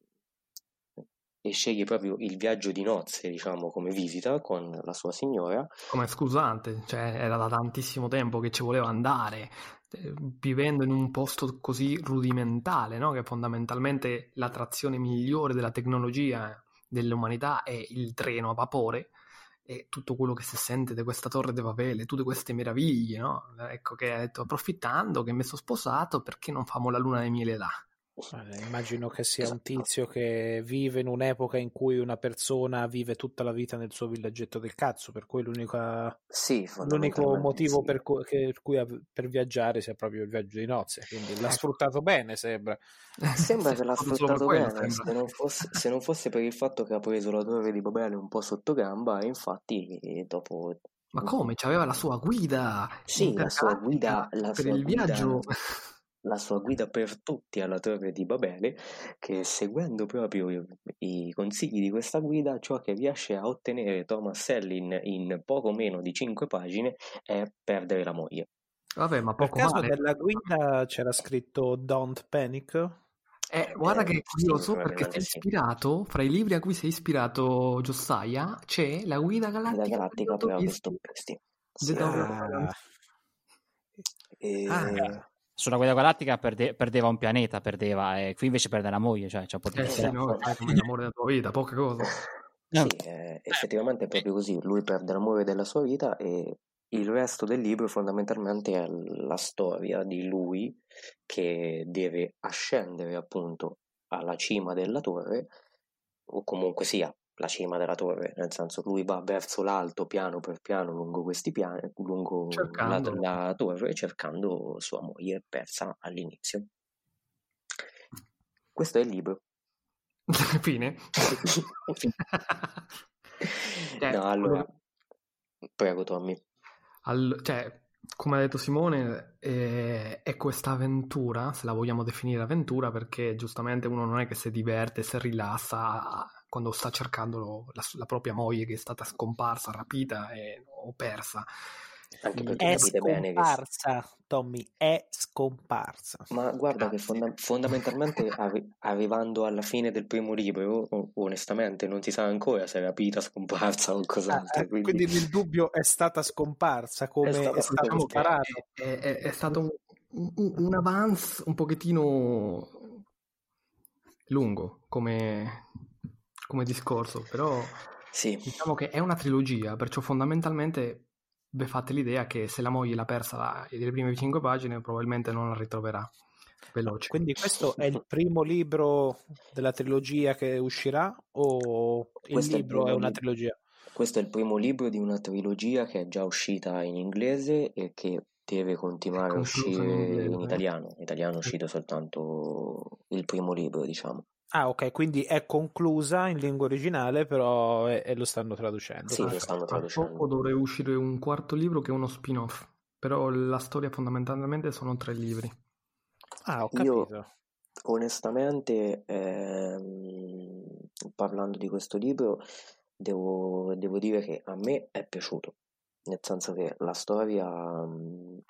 e sceglie proprio il viaggio di nozze, diciamo, come visita con la sua signora. Come scusante, cioè era da tantissimo tempo che ci voleva andare, eh, vivendo in un posto così rudimentale, no? Che fondamentalmente l'attrazione migliore della tecnologia dell'umanità è il treno a vapore e tutto quello che si sente di questa torre di Babele, tutte queste meraviglie, no? Ecco che ha detto, approfittando che mi sono sposato, perché non famo la luna di miele là? Immagino che sia un tizio che vive in un'epoca in cui una persona vive tutta la vita nel suo villaggetto del cazzo, per cui l'unica, sì, l'unico motivo sì. per cui, che, per, cui per viaggiare sia proprio il viaggio di nozze, quindi l'ha sfruttato bene, sembra. Sembra che l'ha sfruttato quello, bene, se non, fosse, se non fosse per il fatto che ha preso la torre di Babele un po' sotto gamba, e infatti dopo... Ma come? C'aveva la sua guida? Sì, la sua guida, la per sua il guida... viaggio... la sua guida per tutti alla torre di Babele, che seguendo proprio i, i consigli di questa guida, ciò che riesce a ottenere Thomas Sellin in poco meno di cinque pagine è perdere la moglie. Vabbè, ma poco per caso male. Nella guida c'era scritto Don't Panic? Eh, guarda Eh, che è curioso, sì, perché sei sì. ispirato, fra i libri a cui sei ispirato Josiah, c'è la guida galattica, la galattica per autostoppisti. Sì. Ah. E... Ah. Sulla guida galattica perde, perdeva un pianeta, perdeva, e qui invece perde la moglie, cioè c'è un po' di eh sì, no, fai come l'amore della tua vita, poche cose. Sì, eh, effettivamente è proprio così, lui perde l'amore della sua vita e il resto del libro fondamentalmente è la storia di lui che deve ascendere appunto alla cima della torre, o comunque sia la cima della torre, nel senso lui va verso l'alto piano per piano lungo questi piani, lungo la, la torre, cercando sua moglie persa all'inizio. Questo è il libro. Fine. cioè, no, allora prego Tommy. All- cioè, come ha detto Simone, eh, è questa avventura, se la vogliamo definire avventura, perché giustamente uno non è che si diverte, si rilassa quando sta cercando la, la propria moglie che è stata scomparsa, rapita e, o persa. Anche perché è capite bene che... scomparsa, Tommy, è scomparsa. Ma guarda Grazie. che fonda- fondamentalmente arri- arrivando alla fine del primo libro, o- onestamente non si sa ancora se è rapita, scomparsa o cos'altro. Ah, quindi... quindi nel dubbio è stata scomparsa, come È è, stata stato Diciamo che sparato. è, è- è stato un, un, un avance un pochettino lungo come, come discorso, però Sì. diciamo che è una trilogia, perciò fondamentalmente beh, fate l'idea che se la moglie l'ha persa la- le prime cinque pagine probabilmente non la ritroverà veloce. Quindi questo è il primo libro della trilogia che uscirà o il Questo è il libro è primo una libro. trilogia? Questo è il primo libro di una trilogia che è già uscita in inglese e che deve È continuare a concluso in uscire in inglese. italiano. In italiano è uscito soltanto il primo libro, diciamo. Ah, ok, quindi è conclusa in lingua originale, però è, e lo stanno traducendo. Sì, lo Perfetto. stanno Tra traducendo. poco dovrebbe uscire un quarto libro che è uno spin-off, però la storia fondamentalmente sono tre libri. Ah, ho Io, capito. onestamente, ehm, parlando di questo libro, devo, devo dire che a me è piaciuto, nel senso che la storia mh,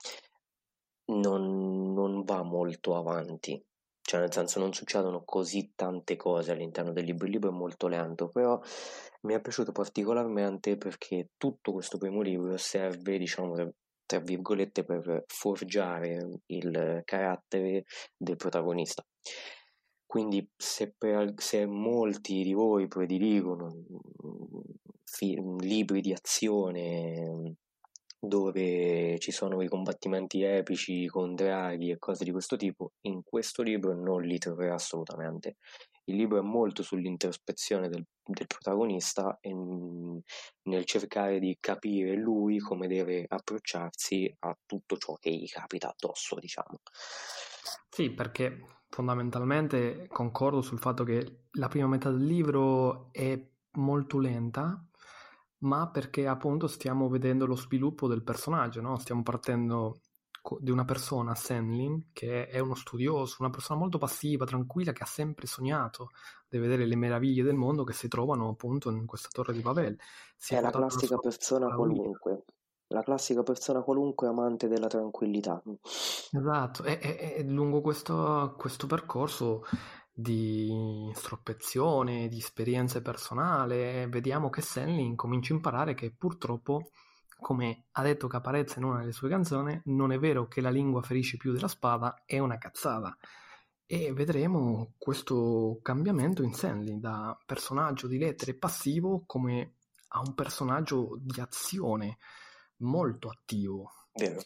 non, non va molto avanti, cioè nel senso non succedono così tante cose all'interno del libro, il libro è molto lento, però mi è piaciuto particolarmente perché tutto questo primo libro serve, diciamo, tra- tra virgolette, per forgiare il carattere del protagonista. Quindi se, per, se molti di voi prediligono mm, film, libri di azione dove ci sono i combattimenti epici con draghi e cose di questo tipo, in questo libro non li troverà assolutamente. Il libro è molto sull'introspezione del, del protagonista e mh, nel cercare di capire lui come deve approcciarsi a tutto ciò che gli capita addosso, diciamo. Sì, perché fondamentalmente concordo sul fatto che la prima metà del libro è molto lenta, ma perché appunto stiamo vedendo lo sviluppo del personaggio, no? Stiamo partendo co- di una persona, Senlin, che è uno studioso, una persona molto passiva, tranquilla, che ha sempre sognato di vedere le meraviglie del mondo che si trovano appunto in questa torre di Babel. Si è È la portato la classica sua persona follia. qualunque, la classica persona qualunque amante della tranquillità. Esatto, e, e- e lungo questo, questo percorso di introspezione, di esperienze personali, vediamo che Selling comincia a imparare che purtroppo, come ha detto Caparezza in una delle sue canzoni, non è vero che la lingua ferisce più della spada, è una cazzata. E vedremo questo cambiamento in Selling da personaggio di lettere passivo come a un personaggio di azione molto attivo. Vero.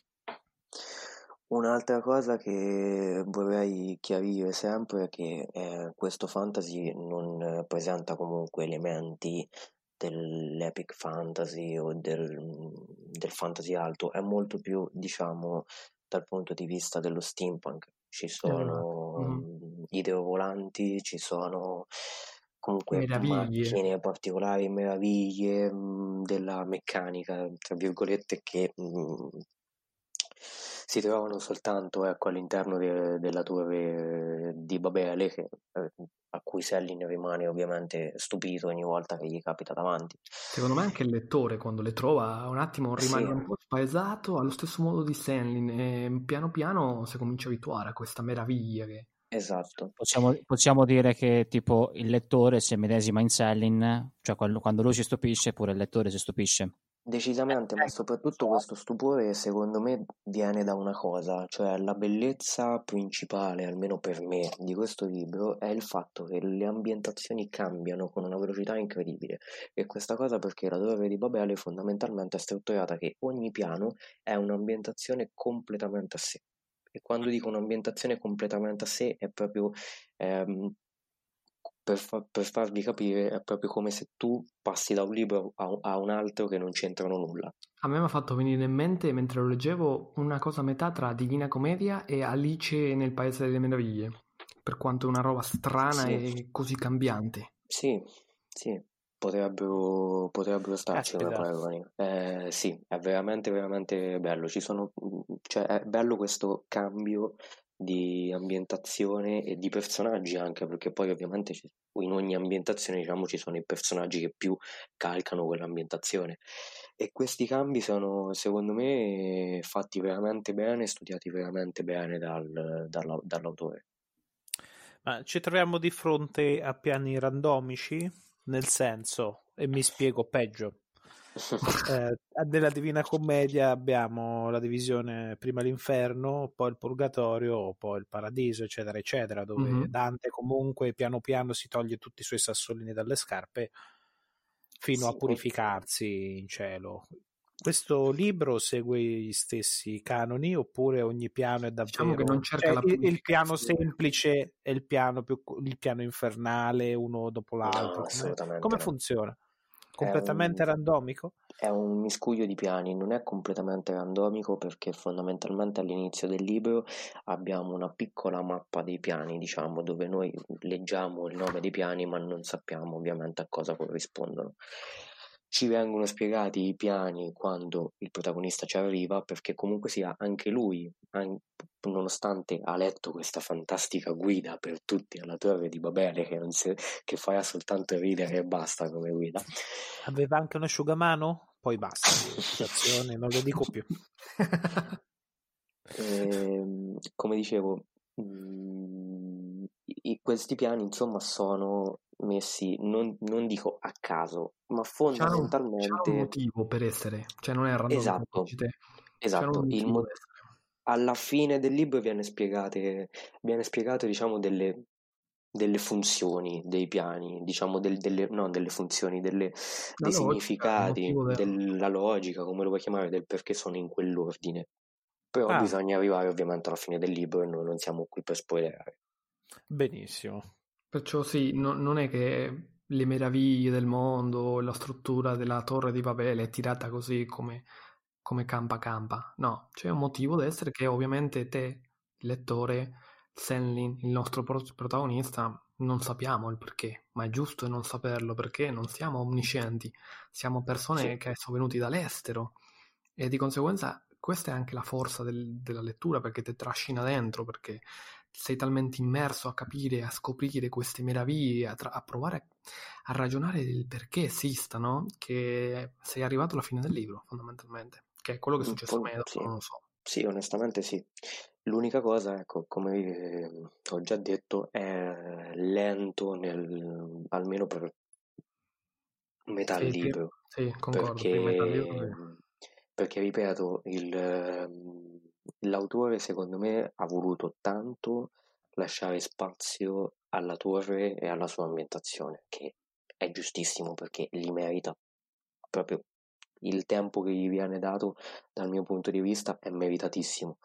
Un'altra cosa che vorrei chiarire sempre è che eh, questo fantasy non eh, presenta comunque elementi dell'epic fantasy o del, del fantasy alto, è molto più, diciamo, dal punto di vista dello steampunk. Ci sono Esatto. Mm. mh, idrovolanti, ci sono comunque Meraviglie. macchine particolari, meraviglie mh, della meccanica, tra virgolette, che mh, si trovano soltanto ecco, all'interno de- della torre di Babele, che, eh, a cui Sellin rimane ovviamente stupito ogni volta che gli capita davanti. Secondo me anche il lettore quando le trova un attimo rimane Sì, un po' spaesato allo stesso modo di Senlin e piano piano si comincia a abituare a questa meraviglia che... esatto. Possiamo, possiamo dire che tipo il lettore si medesima in Sellin, cioè quando, quando lui si stupisce, pure il lettore si stupisce. Decisamente, ma Eh, soprattutto questo stupore secondo me viene da una cosa, cioè la bellezza principale, almeno per me, di questo libro è il fatto che le ambientazioni cambiano con una velocità incredibile e questa cosa perché la Torre di Babele fondamentalmente è strutturata che ogni piano è un'ambientazione completamente a sé e quando dico un'ambientazione completamente a sé è proprio ehm, per, fa- per farvi capire è proprio come se tu passi da un libro a, a un altro che non c'entrano nulla. A me mi ha fatto venire in mente, mentre lo leggevo, una cosa a metà tra Divina Commedia e Alice nel Paese delle Meraviglie, per quanto è una roba strana Sì, e così cambiante. sì, sì, potrebbero, potrebbero starci come Caspita. paragoni. Eh, sì, è veramente, veramente bello. Ci sono, cioè, è bello questo cambio di ambientazione e di personaggi anche, perché poi ovviamente in ogni ambientazione, diciamo, ci sono i personaggi che più calcano quell'ambientazione, e questi cambi sono secondo me fatti veramente bene, studiati veramente bene dal, dalla, dall'autore. Ma ci troviamo di fronte a piani randomici? Nel senso, e mi spiego peggio, eh, nella Divina Commedia abbiamo la divisione prima l'inferno, poi il purgatorio, poi il paradiso, eccetera eccetera, dove mm-hmm. Dante comunque piano piano si toglie tutti i suoi sassolini dalle scarpe fino sì, a purificarsi in cielo. Questo libro segue gli stessi canoni oppure ogni piano è davvero, diciamo che non cerca cioè, la il, il piano semplice e il piano più il piano infernale uno dopo l'altro? No, assolutamente come, come no. funziona? Completamente è un, randomico? È un miscuglio di piani, non è completamente randomico, perché fondamentalmente all'inizio del libro abbiamo una piccola mappa dei piani, diciamo, dove noi leggiamo il nome dei piani ma non sappiamo ovviamente a cosa corrispondono. Ci vengono spiegati i piani quando il protagonista ci arriva, perché comunque sia anche lui, anche, nonostante ha letto questa fantastica guida per tutti alla Torre di Babele, che, non si, che fa soltanto ridere e basta come guida. Aveva anche un asciugamano? Poi basta, citazione, non le dico più. E, come dicevo, mh, i, questi piani insomma sono messi, non, non dico a caso, ma fondamentalmente c'è un, c'è un motivo per essere, cioè non è randomico. Esatto, esatto. Il mo- alla fine del libro viene spiegate, viene spiegato, diciamo, delle, delle funzioni dei piani, diciamo, del, delle, no, delle funzioni, delle, dei logica, significati, della logica, come lo vuoi chiamare, del perché sono in quell'ordine. Però ah. bisogna arrivare ovviamente alla fine del libro e noi non siamo qui per spoilerare. Benissimo. Perciò sì, no, non è che le meraviglie del mondo, la struttura della Torre di Babele è tirata così come, come campa campa. No, c'è un motivo d'essere che ovviamente te, il lettore, Senlin, il nostro protagonista, non sappiamo il perché, ma è giusto non saperlo perché non siamo omniscienti, siamo persone sì. che sono venuti dall'estero e di conseguenza questa è anche la forza del, della lettura, perché ti trascina dentro, perché sei talmente immerso a capire, a scoprire queste meraviglie, a, tra- a provare a, a ragionare del perché esistano, che sei arrivato alla fine del libro, fondamentalmente, che è quello che è successo a me, sì. non lo so. Sì, onestamente sì. L'unica cosa, ecco, come eh, ho già detto, è lento nel, almeno per metà sì, libro. Sì, concordo, perché, per metà libro, perché ripeto, il, l'autore secondo me ha voluto tanto lasciare spazio alla torre e alla sua ambientazione, che è giustissimo perché li merita. Proprio il tempo che gli viene dato dal mio punto di vista è meritatissimo.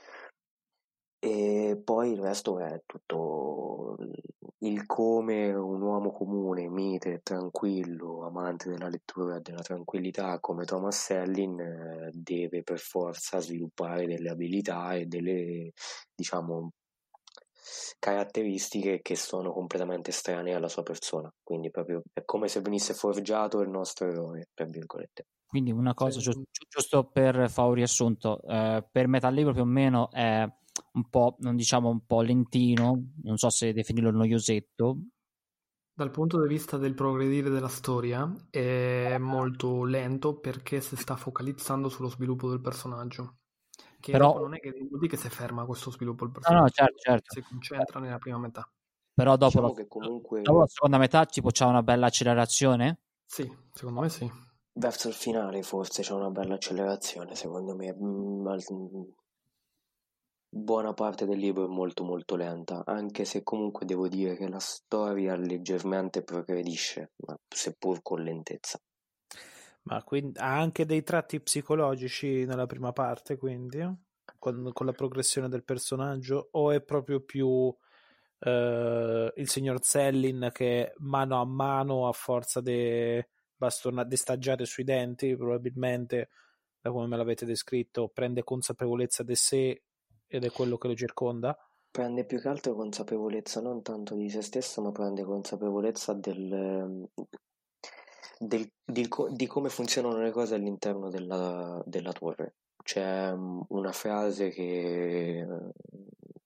E poi il resto è tutto il come un uomo comune, mite, tranquillo, amante della lettura e della tranquillità come Thomas Selin deve per forza sviluppare delle abilità e delle, diciamo, caratteristiche che sono completamente estranee alla sua persona, quindi proprio è come se venisse forgiato il nostro eroe, tra virgolette. Quindi una cosa, sì. giusto, giusto per fare un riassunto, eh, per metà libro più o meno è un po', non diciamo un po' lentino, non so se definirlo noiosetto. Dal punto di vista del progredire della storia è molto lento perché si sta focalizzando sullo sviluppo del personaggio. Che però dopo non è che vuol dire che si ferma questo sviluppo del personaggio, no, no, certo, certo. si concentra nella prima metà. Però dopo, diciamo la, che comunque... dopo la seconda metà tipo c'è una bella accelerazione? Sì, secondo me sì. Verso il finale forse c'è una bella accelerazione, secondo me. Buona parte del libro è molto molto lenta, anche se comunque devo dire che la storia leggermente progredisce, ma seppur con lentezza. Ma quindi ha anche dei tratti psicologici nella prima parte, quindi con, con la progressione del personaggio, o è proprio più eh, il signor Selin che mano a mano, a forza di bastona- de staggiare sui denti, probabilmente, da come me l'avete descritto, prende consapevolezza di sé ed è quello che lo circonda? Prende più che altro consapevolezza non tanto di se stesso, ma prende consapevolezza del, del, di, di come funzionano le cose all'interno della, della torre. C'è una frase che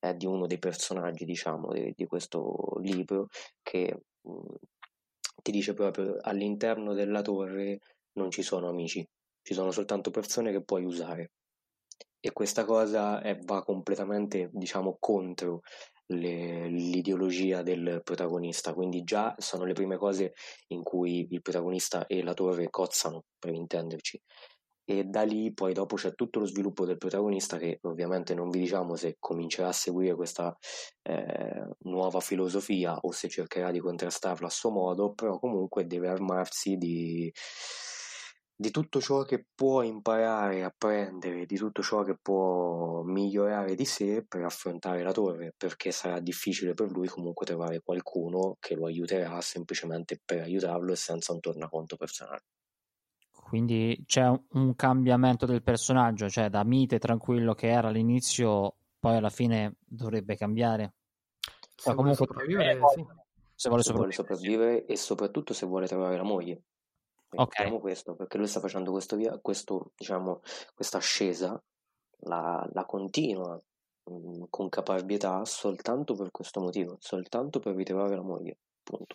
è di uno dei personaggi, diciamo, di, di questo libro, che mh, ti dice proprio: all'interno della torre non ci sono amici, ci sono soltanto persone che puoi usare. E questa cosa è, va completamente, diciamo, contro le, l'ideologia del protagonista, quindi già sono le prime cose in cui il protagonista e la torre cozzano, per intenderci. E da lì poi dopo c'è tutto lo sviluppo del protagonista, che ovviamente non vi diciamo se comincerà a seguire questa eh, nuova filosofia o se cercherà di contrastarla a suo modo, però comunque deve armarsi di di tutto ciò che può imparare a prendere, di tutto ciò che può migliorare di sé per affrontare la torre, perché sarà difficile per lui comunque trovare qualcuno che lo aiuterà semplicemente per aiutarlo e senza un tornaconto personale. Quindi c'è un cambiamento del personaggio, cioè da mite tranquillo che era all'inizio, poi alla fine dovrebbe cambiare. Se cioè, vuole sopravvivere, eh, sì. Se vuole, se sopravvivere, vuole sopravvivere e soprattutto se vuole trovare la moglie. Ricordiamo okay. questo, perché lui sta facendo questo via, questo, diciamo, questa ascesa, la, la continua mh, con caparbietà soltanto per questo motivo, soltanto per ritrovare la moglie, punto.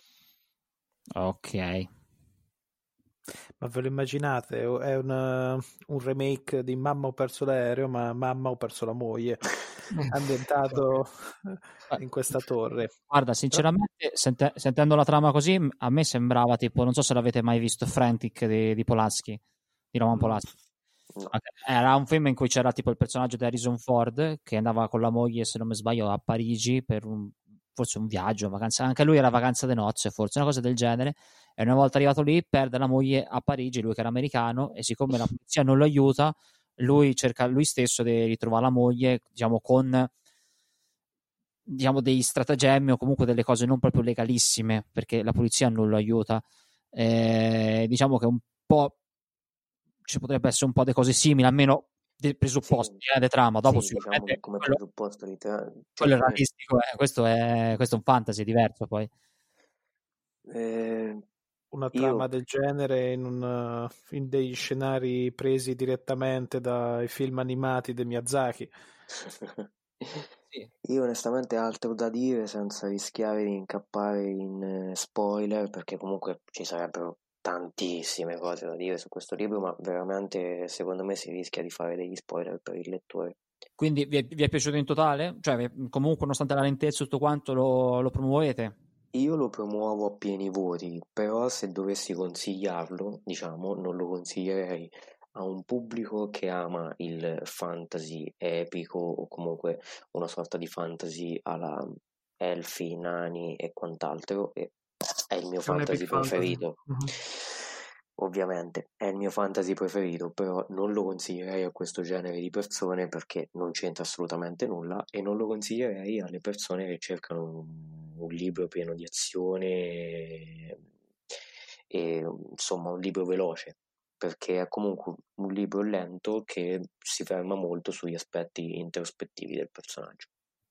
Ok. Ma ve lo immaginate? È una, un remake di Mamma ho perso l'aereo, ma Mamma ho perso la moglie, ambientato in questa torre. Guarda, sinceramente, sente, sentendo la trama così, a me sembrava tipo, non so se l'avete mai visto, Frantic di, di Polanski, di Roman Polanski. No. Era un film in cui c'era tipo il personaggio di Harrison Ford che andava con la moglie, se non mi sbaglio, a Parigi per un, forse un viaggio, vacanza, anche lui era vacanza di nozze, forse una cosa del genere, e una volta arrivato lì perde la moglie a Parigi, lui che era americano, e siccome la polizia non lo aiuta, lui cerca lui stesso di ritrovare la moglie, diciamo, con diciamo dei stratagemmi o comunque delle cose non proprio legalissime, perché la polizia non lo aiuta. Eh, diciamo che un po' ci potrebbe essere un po' di cose simili, almeno dei presupposti sì, eh, di trama. Dopo sì, diciamo che come quello, presupposto di tra... quello è realistico, eh. questo, è, questo è un fantasy diverso poi. Eh, Una trama io... del genere in, un, in dei scenari presi direttamente dai film animati di Miyazaki. Sì. Io onestamente altro da dire senza rischiare di incappare in spoiler, perché comunque ci sarebbero tantissime cose da dire su questo libro, ma veramente secondo me si rischia di fare degli spoiler per il lettore. Quindi vi è, vi è piaciuto in totale? Cioè comunque nonostante la lentezza tutto quanto lo, lo promuovete? Io lo promuovo a pieni voti, però se dovessi consigliarlo, diciamo, non lo consiglierei a un pubblico che ama il fantasy epico o comunque una sorta di fantasy alla elfi, nani e quant'altro, e è il mio fantasy preferito. Fantasy. Mm-hmm. Ovviamente è il mio fantasy preferito, però non lo consiglierei a questo genere di persone perché non c'entra assolutamente nulla, e non lo consiglierei alle persone che cercano un, un libro pieno di azione e, e insomma un libro veloce, perché è comunque un libro lento che si ferma molto sugli aspetti introspettivi del personaggio.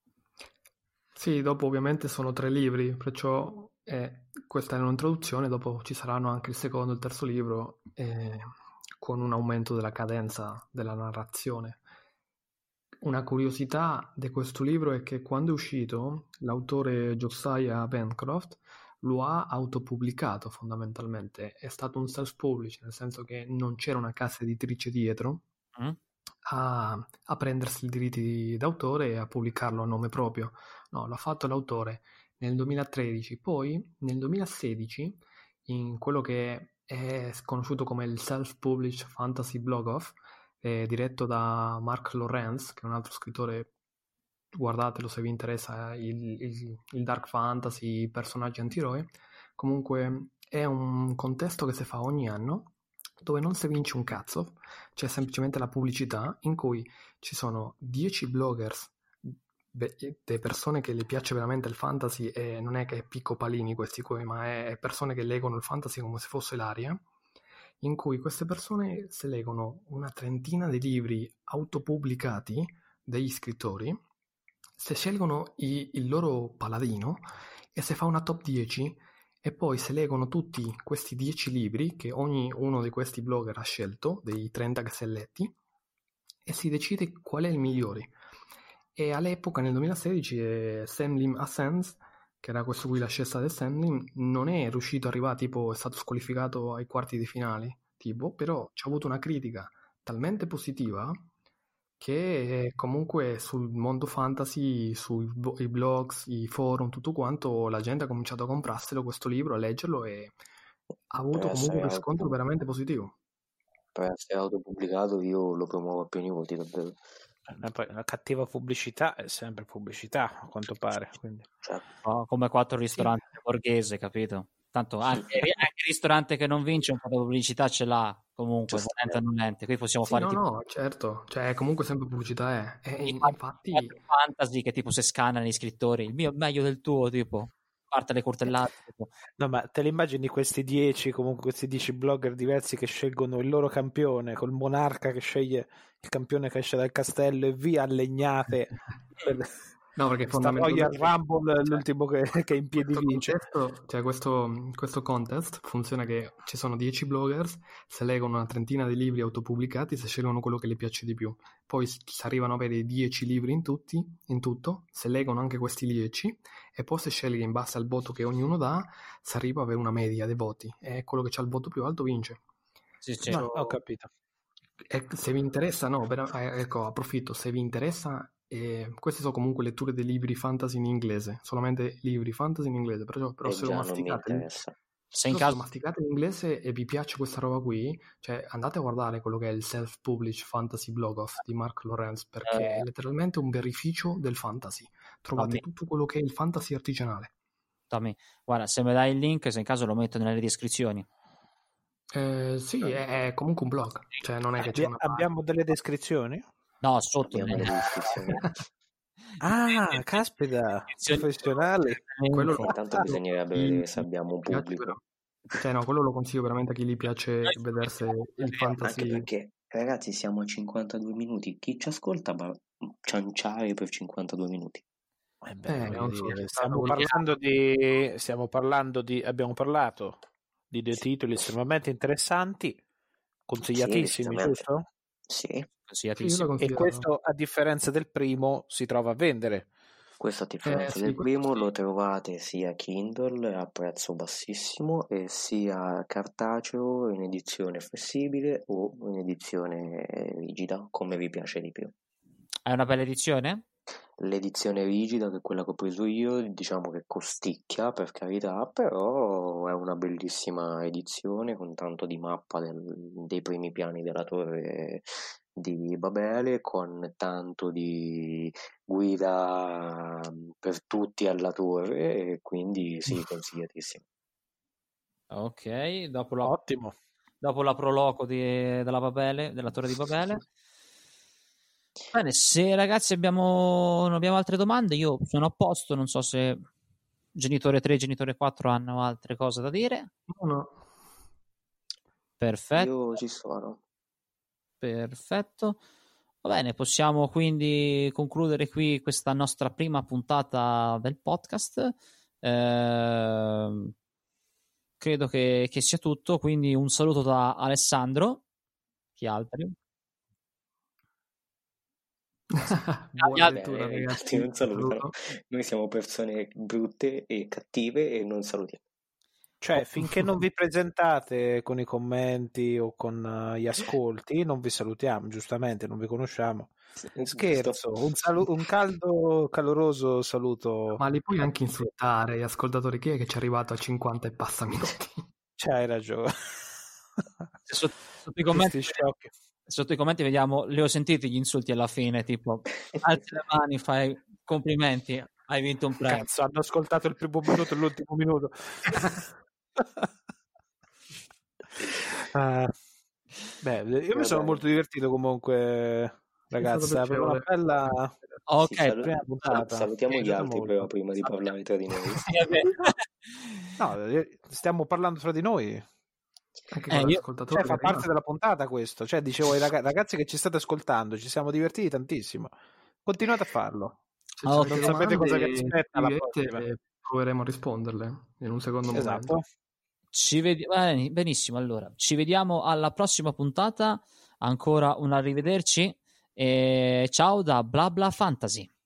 Sì, dopo ovviamente sono tre libri, perciò eh, questa è un'introduzione, dopo ci saranno anche il secondo e il terzo libro, eh, con un aumento della cadenza della narrazione. Una curiosità di questo libro è che quando è uscito, l'autore Josiah Bancroft lo ha autopubblicato fondamentalmente, è stato un self-publish, nel senso che non c'era una casa editrice dietro mm. a, a prendersi i diritti d'autore e a pubblicarlo a nome proprio. No, l'ha fatto l'autore nel duemilatredici, poi nel duemilasedici, in quello che è conosciuto come il Self-Published Fantasy Blog Off, eh, diretto da Mark Lorenz, che è un altro scrittore, guardatelo se vi interessa il, il, il dark fantasy, i personaggi antieroi. Comunque è un contesto che si fa ogni anno, dove non si vince un cazzo, c'è semplicemente la pubblicità, in cui ci sono dieci bloggers, delle persone che le piace veramente il fantasy, e non è che è Picco Palini questi qui, ma è persone che leggono il fantasy come se fosse l'aria, in cui queste persone se leggono una trentina di libri autopubblicati degli scrittori, se scelgono i, il loro paladino e se fa una top dieci, e poi se leggono tutti questi dieci libri che ogni uno di questi blogger ha scelto, dei trenta che si è letti, e si decide qual è il migliore. E all'epoca, nel duemilasedici, eh, Sam Lim Ascens, che era questo qui, la scelta del Sam Lim, non è riuscito ad arrivare, tipo, è stato squalificato ai quarti di finale, tipo, però ci ha avuto una critica talmente positiva che comunque sul mondo fantasy, sui blogs, i forum, tutto quanto, la gente ha cominciato a comprarselo questo libro, a leggerlo, e ha avuto comunque un riscontro veramente positivo. Per essere autopubblicato io lo promuovo a pieni voti, davvero. La cattiva pubblicità è sempre pubblicità, a quanto pare. Quindi. Cioè, oh, come quattro ristoranti sì. borghese, capito? Tanto anche, anche il ristorante che non vince un po' di pubblicità ce l'ha comunque, volente, qui possiamo sì, fare no, tipo... no, certo, cioè comunque sempre pubblicità è, e infatti fantasy che tipo se scanna gli scrittori, il mio è meglio del tuo, tipo parte le coltellate tipo. No, ma te li immagini questi dieci, comunque questi dieci blogger diversi che scelgono il loro campione, col monarca che sceglie il campione che esce dal castello e via legnate per... No, perché fondamentalmente Royal Rumble l'ultimo che, che in piedi questo vince. Contesto, cioè questo, questo contest funziona che ci sono dieci bloggers, se leggono una trentina di libri autopubblicati, se scelgono quello che gli piace di più. Poi si arrivano a avere dieci libri in tutti, in tutto, se leggono anche questi dieci, e poi se sceglie in base al voto che ognuno dà, si arriva a avere una media dei voti, e quello che ha il voto più alto vince. Sì, sì. No, ho capito. E se vi interessa, no, però, ecco, approfitto, se vi interessa... E queste sono comunque letture dei libri fantasy in inglese, solamente libri fantasy in inglese, però, però se, lo masticate, se in caso lo masticate in inglese e vi piace questa roba qui, cioè andate a guardare quello che è il self-published fantasy blog off di Mark Lorenz, perché eh. è letteralmente un birrificio del fantasy, trovate Tommy. tutto quello che è il fantasy artigianale. Tommy, guarda, se mi dai il link, se in caso lo metto nelle descrizioni. Eh, sì, è, è comunque un blog, cioè non è che c'è una abbiamo delle descrizioni? No, sotto le descrizioni. Ah, caspita, professionale. Quello intanto bisognerebbe vedere se abbiamo un pubblico. Cioè no, quello lo consiglio veramente a chi gli piace vedersi il fantasy. Anche perché, ragazzi, siamo a cinquantadue minuti. Chi ci ascolta va a cianciare per cinquantadue minuti. Eh beh, eh, non so, stiamo parlando di stiamo parlando di abbiamo parlato di due titoli estremamente interessanti, consigliatissimi, sì, giusto? Sì. Sì, e questo, a differenza del primo, si trova a vendere. Questo, a differenza eh, del sì, primo, sì. Lo trovate sia Kindle a prezzo bassissimo e sia cartaceo in edizione flessibile o in edizione rigida, come vi piace di più. È una bella edizione? L'edizione rigida, che è quella che ho preso io, diciamo che costicchia, per carità, però è una bellissima edizione con tanto di mappa del, dei primi piani della torre di Babele, con tanto di guida per tutti alla torre, e quindi sì, consigliatissimo. Ok, dopo la, ottimo. Dopo la proloco di, della Babele, della torre di Babele. Bene, se ragazzi abbiamo, non abbiamo altre domande, io sono a posto, non so se genitore tre, genitore quattro hanno altre cose da dire. No, no. Perfetto. Io ci sono. Perfetto. Va bene, possiamo quindi concludere qui questa nostra prima puntata del podcast. Eh, credo che, che sia tutto, quindi un saluto da Alessandro. Chi altri? Buona lettura, ragazzi. Non salutano. Noi siamo persone brutte e cattive e non salutiamo. Cioè, finché non vi presentate con i commenti o con uh, gli ascolti, non vi salutiamo, giustamente, non vi conosciamo. Scherzo, un, salu- un caldo, caloroso saluto. Ma li puoi anche insultare gli ascoltatori, chi è che ci è arrivato a cinquanta e passa minuti? C'hai ragione. Sotto, sotto i commenti Sotto i commenti vediamo, li ho sentiti gli insulti alla fine, tipo alzi le mani, fai complimenti, hai vinto un premio. Cazzo, hanno ascoltato il primo minuto e l'ultimo minuto. uh, beh, io mi sono molto divertito comunque, ragazzi, è stata una bella... Ok, sì, salut- prima puntata. Salutiamo gli altri molto. però prima di parlare tra di noi. No, stiamo parlando fra di noi. Anche eh, io, cioè, fa parte no. della puntata questo, cioè dicevo ai ragazzi, ragazzi che ci state ascoltando, ci siamo divertiti tantissimo, continuate a farlo. Se oh, non sapete cosa che aspetta alla prossima, proveremo a risponderle in un secondo esatto. momento. Ci vedi- benissimo, allora ci vediamo alla prossima puntata, ancora un arrivederci e ciao da Bla Bla Fantasy.